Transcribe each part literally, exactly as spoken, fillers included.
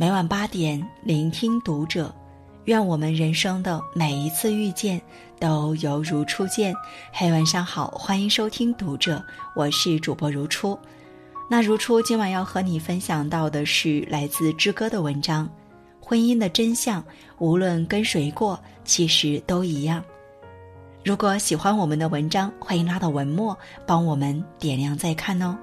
每晚八点，聆听读者。愿我们人生的每一次遇见都犹如初见。嘿，晚上好，欢迎收听读者，我是主播如初。那如初今晚要和你分享到的是来自知歌的文章，婚姻的真相，无论跟谁过，其实都一样。如果喜欢我们的文章，欢迎拉到文末帮我们点亮再看哦。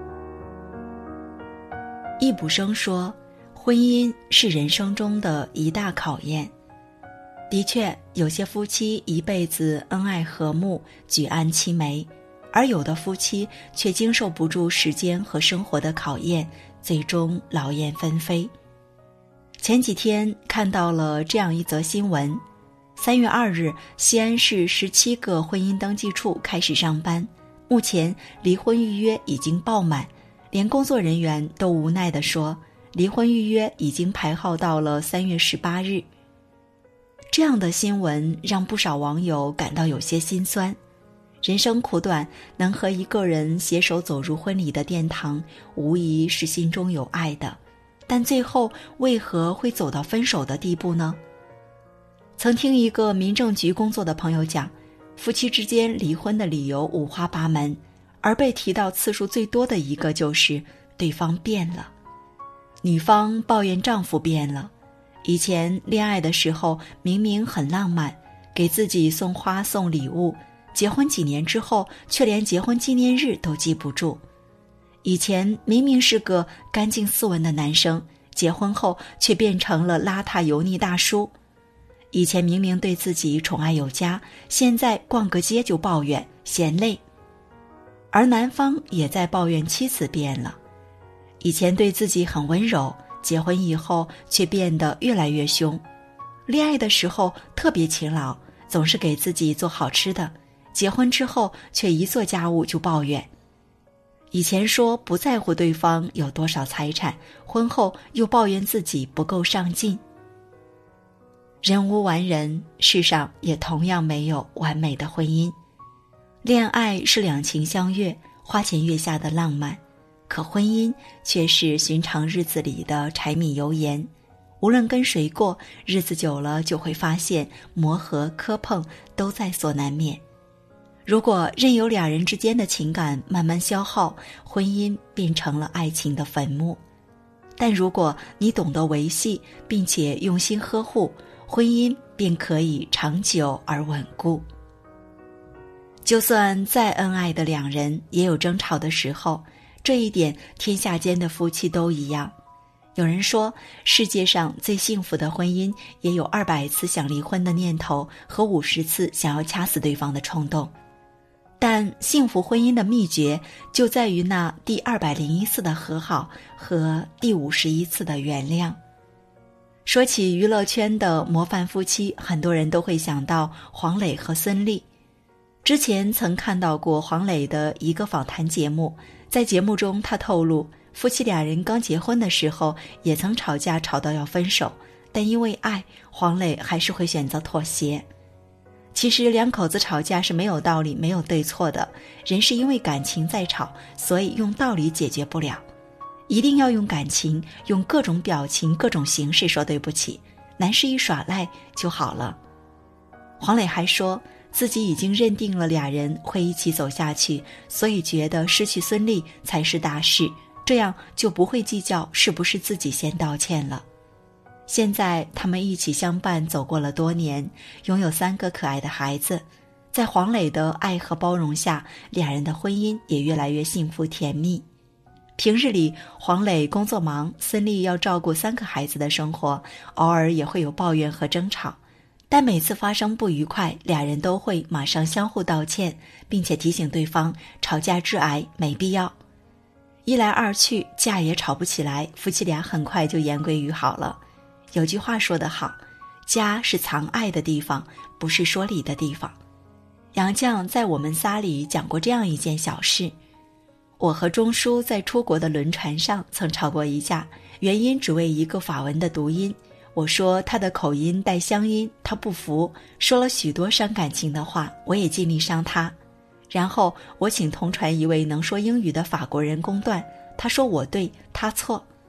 易卜生说，婚姻是人生中的一大考验。的确，有些夫妻一辈子恩爱和睦，举案齐眉，而有的夫妻却经受不住时间和生活的考验，最终劳燕分飞。前几天看到了这样一则新闻，三月二日，西安市十七个婚姻登记处开始上班，目前离婚预约已经爆满，连工作人员都无奈地说，离婚预约已经排号到了三月十八日。这样的新闻让不少网友感到有些心酸。人生苦短，能和一个人携手走入婚礼的殿堂，无疑是心中有爱的，但最后为何会走到分手的地步呢？曾听一个民政局工作的朋友讲，夫妻之间离婚的理由五花八门，而被提到次数最多的一个就是对方变了。女方抱怨丈夫变了，以前恋爱的时候明明很浪漫，给自己送花送礼物，结婚几年之后却连结婚纪念日都记不住。以前明明是个干净斯文的男生，结婚后却变成了邋遢油腻大叔。以前明明对自己宠爱有加，现在逛个街就抱怨嫌累。而男方也在抱怨妻子变了，以前对自己很温柔，结婚以后却变得越来越凶。恋爱的时候特别勤劳，总是给自己做好吃的，结婚之后却一做家务就抱怨。以前说不在乎对方有多少财产，婚后又抱怨自己不够上进。人无完人，世上也同样没有完美的婚姻。恋爱是两情相悦，花前月下的浪漫，可婚姻却是寻常日子里的柴米油盐。无论跟谁过，日子久了就会发现磨合磕碰都在所难免。如果任由两人之间的情感慢慢消耗，婚姻变成了爱情的坟墓。但如果你懂得维系，并且用心呵护，婚姻便可以长久而稳固。就算再恩爱的两人，也有争吵的时候，这一点天下间的夫妻都一样。有人说，世界上最幸福的婚姻也有二百次想离婚的念头和五十次想要掐死对方的冲动。但幸福婚姻的秘诀就在于那第二百零一次的和好和第五十一次的原谅。说起娱乐圈的模范夫妻，很多人都会想到黄磊和孙俪。之前曾看到过黄磊的一个访谈节目，在节目中他透露，夫妻俩人刚结婚的时候也曾吵架，吵到要分手，但因为爱，黄磊还是会选择妥协。其实两口子吵架是没有道理，没有对错的，人是因为感情在吵，所以用道理解决不了，一定要用感情，用各种表情各种形式说对不起，男士一耍赖就好了。黄磊还说自己已经认定了俩人会一起走下去，所以觉得失去孙俪才是大事，这样就不会计较是不是自己先道歉了。现在他们一起相伴走过了多年，拥有三个可爱的孩子，在黄磊的爱和包容下，俩人的婚姻也越来越幸福甜蜜。平日里黄磊工作忙，孙俪要照顾三个孩子的生活，偶尔也会有抱怨和争吵，但每次发生不愉快，俩人都会马上相互道歉，并且提醒对方吵架致癌，没必要。一来二去，架也吵不起来，夫妻俩很快就言归于好了。有句话说得好，家是藏爱的地方，不是说理的地方。杨绛在我们仨里讲过这样一件小事，我和钟书在出国的轮船上曾吵过一架，原因只为一个法文的读音。我说他的口音带乡音，他不服，说了许多伤感情的话，我也尽力伤他。然后我请同船一位能说英语的法国人公断，他说我对，他错。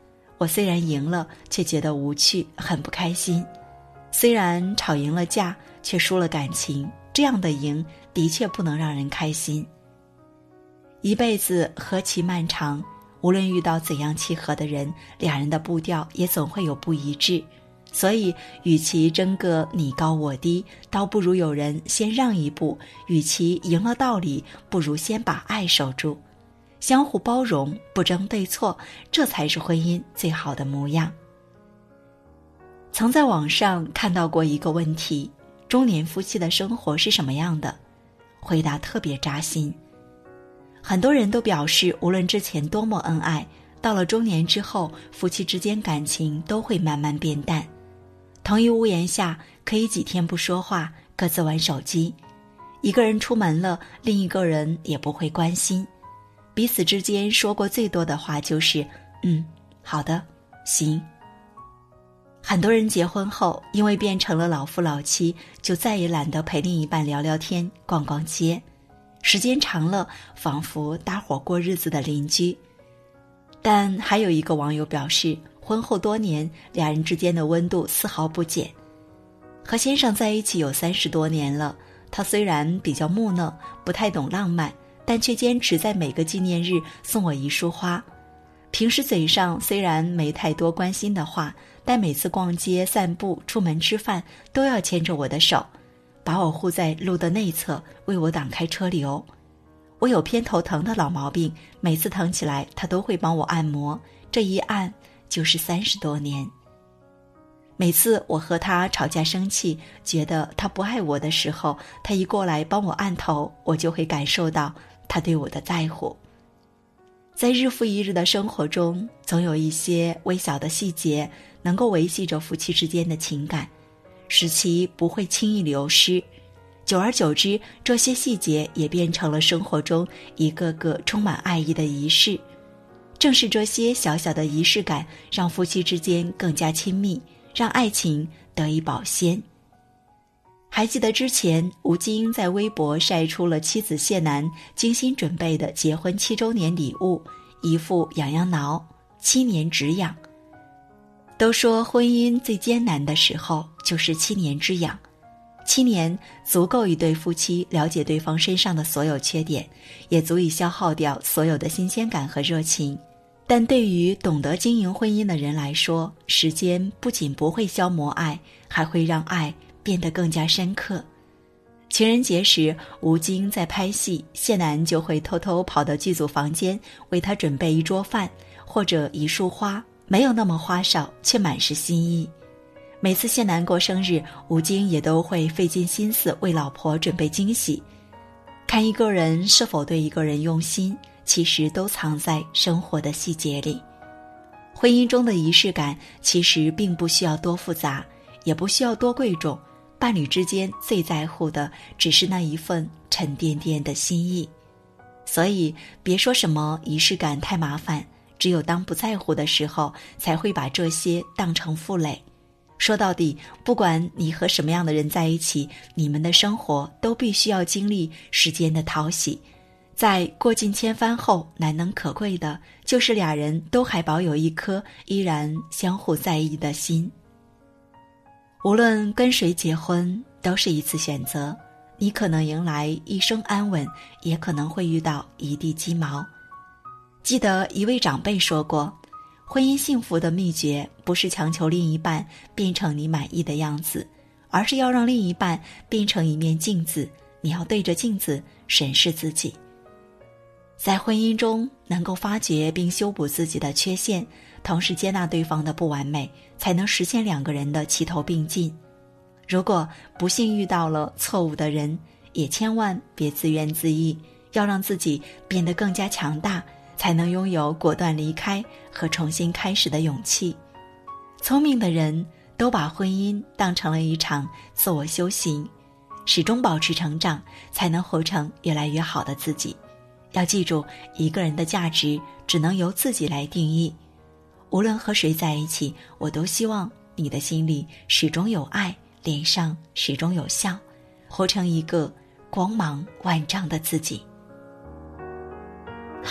我虽然赢了，却觉得无趣，很不开心。虽然吵赢了架，却输了感情，这样的赢的确不能让人开心。一辈子何其漫长，无论遇到怎样契合的人，两人的步调也总会有不一致。所以与其争个你高我低，倒不如有人先让一步；与其赢了道理，不如先把爱守住。相互包容，不争对错，这才是婚姻最好的模样。曾在网上看到过一个问题，中年夫妻的生活是什么样的？回答特别扎心。很多人都表示，无论之前多么恩爱，到了中年之后，夫妻之间感情都会慢慢变淡。同一屋檐下，可以几天不说话，各自玩手机。一个人出门了，另一个人也不会关心。彼此之间说过最多的话就是嗯，好的，行。很多人结婚后，因为变成了老夫老妻，就再也懒得陪另一半聊聊天、逛逛街。时间长了，仿佛搭伙过日子的邻居。但还有一个网友表示，婚后多年，两人之间的温度丝毫不减。和先生在一起有三十多年了，他虽然比较木讷，不太懂浪漫，但却坚持在每个纪念日送我一束花。平时嘴上虽然没太多关心的话，但每次逛街、散步、出门吃饭，都要牵着我的手，把我护在路的内侧，为我挡开车流。我有偏头疼的老毛病，每次疼起来，他都会帮我按摩，这一按就是三十多年。每次我和他吵架生气，觉得他不爱我的时候，他一过来帮我按头，我就会感受到他对我的在乎。在日复一日的生活中，总有一些微小的细节能够维系着夫妻之间的情感，使其不会轻易流失。久而久之，这些细节也变成了生活中一个个充满爱意的仪式。正是这些小小的仪式感，让夫妻之间更加亲密，让爱情得以保鲜。还记得之前吴京在微博晒出了妻子谢楠精心准备的结婚七周年礼物，一副痒痒挠，七年止痒。都说婚姻最艰难的时候就是七年之痒，七年足够一对夫妻了解对方身上的所有缺点，也足以消耗掉所有的新鲜感和热情。但对于懂得经营婚姻的人来说，时间不仅不会消磨爱，还会让爱变得更加深刻。情人节时，吴京在拍戏，谢楠就会偷偷跑到剧组房间，为他准备一桌饭或者一束花，没有那么花哨，却满是心意。每次谢楠过生日，吴京也都会费尽心思为老婆准备惊喜。看一个人是否对一个人用心，其实都藏在生活的细节里。婚姻中的仪式感其实并不需要多复杂，也不需要多贵重，伴侣之间最在乎的只是那一份沉甸甸的心意。所以别说什么仪式感太麻烦，只有当不在乎的时候，才会把这些当成负累。说到底，不管你和什么样的人在一起，你们的生活都必须要经历时间的淘洗。在过尽千帆后，难能可贵的就是俩人都还保有一颗依然相互在意的心。无论跟谁结婚，都是一次选择，你可能迎来一生安稳，也可能会遇到一地鸡毛。记得一位长辈说过，婚姻幸福的秘诀不是强求另一半变成你满意的样子，而是要让另一半变成一面镜子，你要对着镜子审视自己。在婚姻中能够发掘并修补自己的缺陷，同时接纳对方的不完美，才能实现两个人的齐头并进。如果不幸遇到了错误的人，也千万别自怨自艾，要让自己变得更加强大，才能拥有果断离开和重新开始的勇气。聪明的人都把婚姻当成了一场自我修行，始终保持成长，才能活成越来越好的自己。要记住，一个人的价值只能由自己来定义。无论和谁在一起，我都希望你的心里始终有爱，脸上始终有笑，活成一个光芒万丈的自己。好，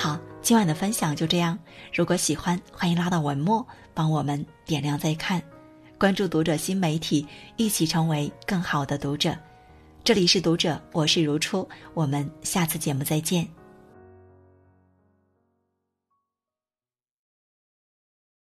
今晚的分享就这样，如果喜欢，欢迎拉到文末帮我们点亮再看，关注读者新媒体，一起成为更好的读者。这里是读者，我是如初，我们下次节目再见。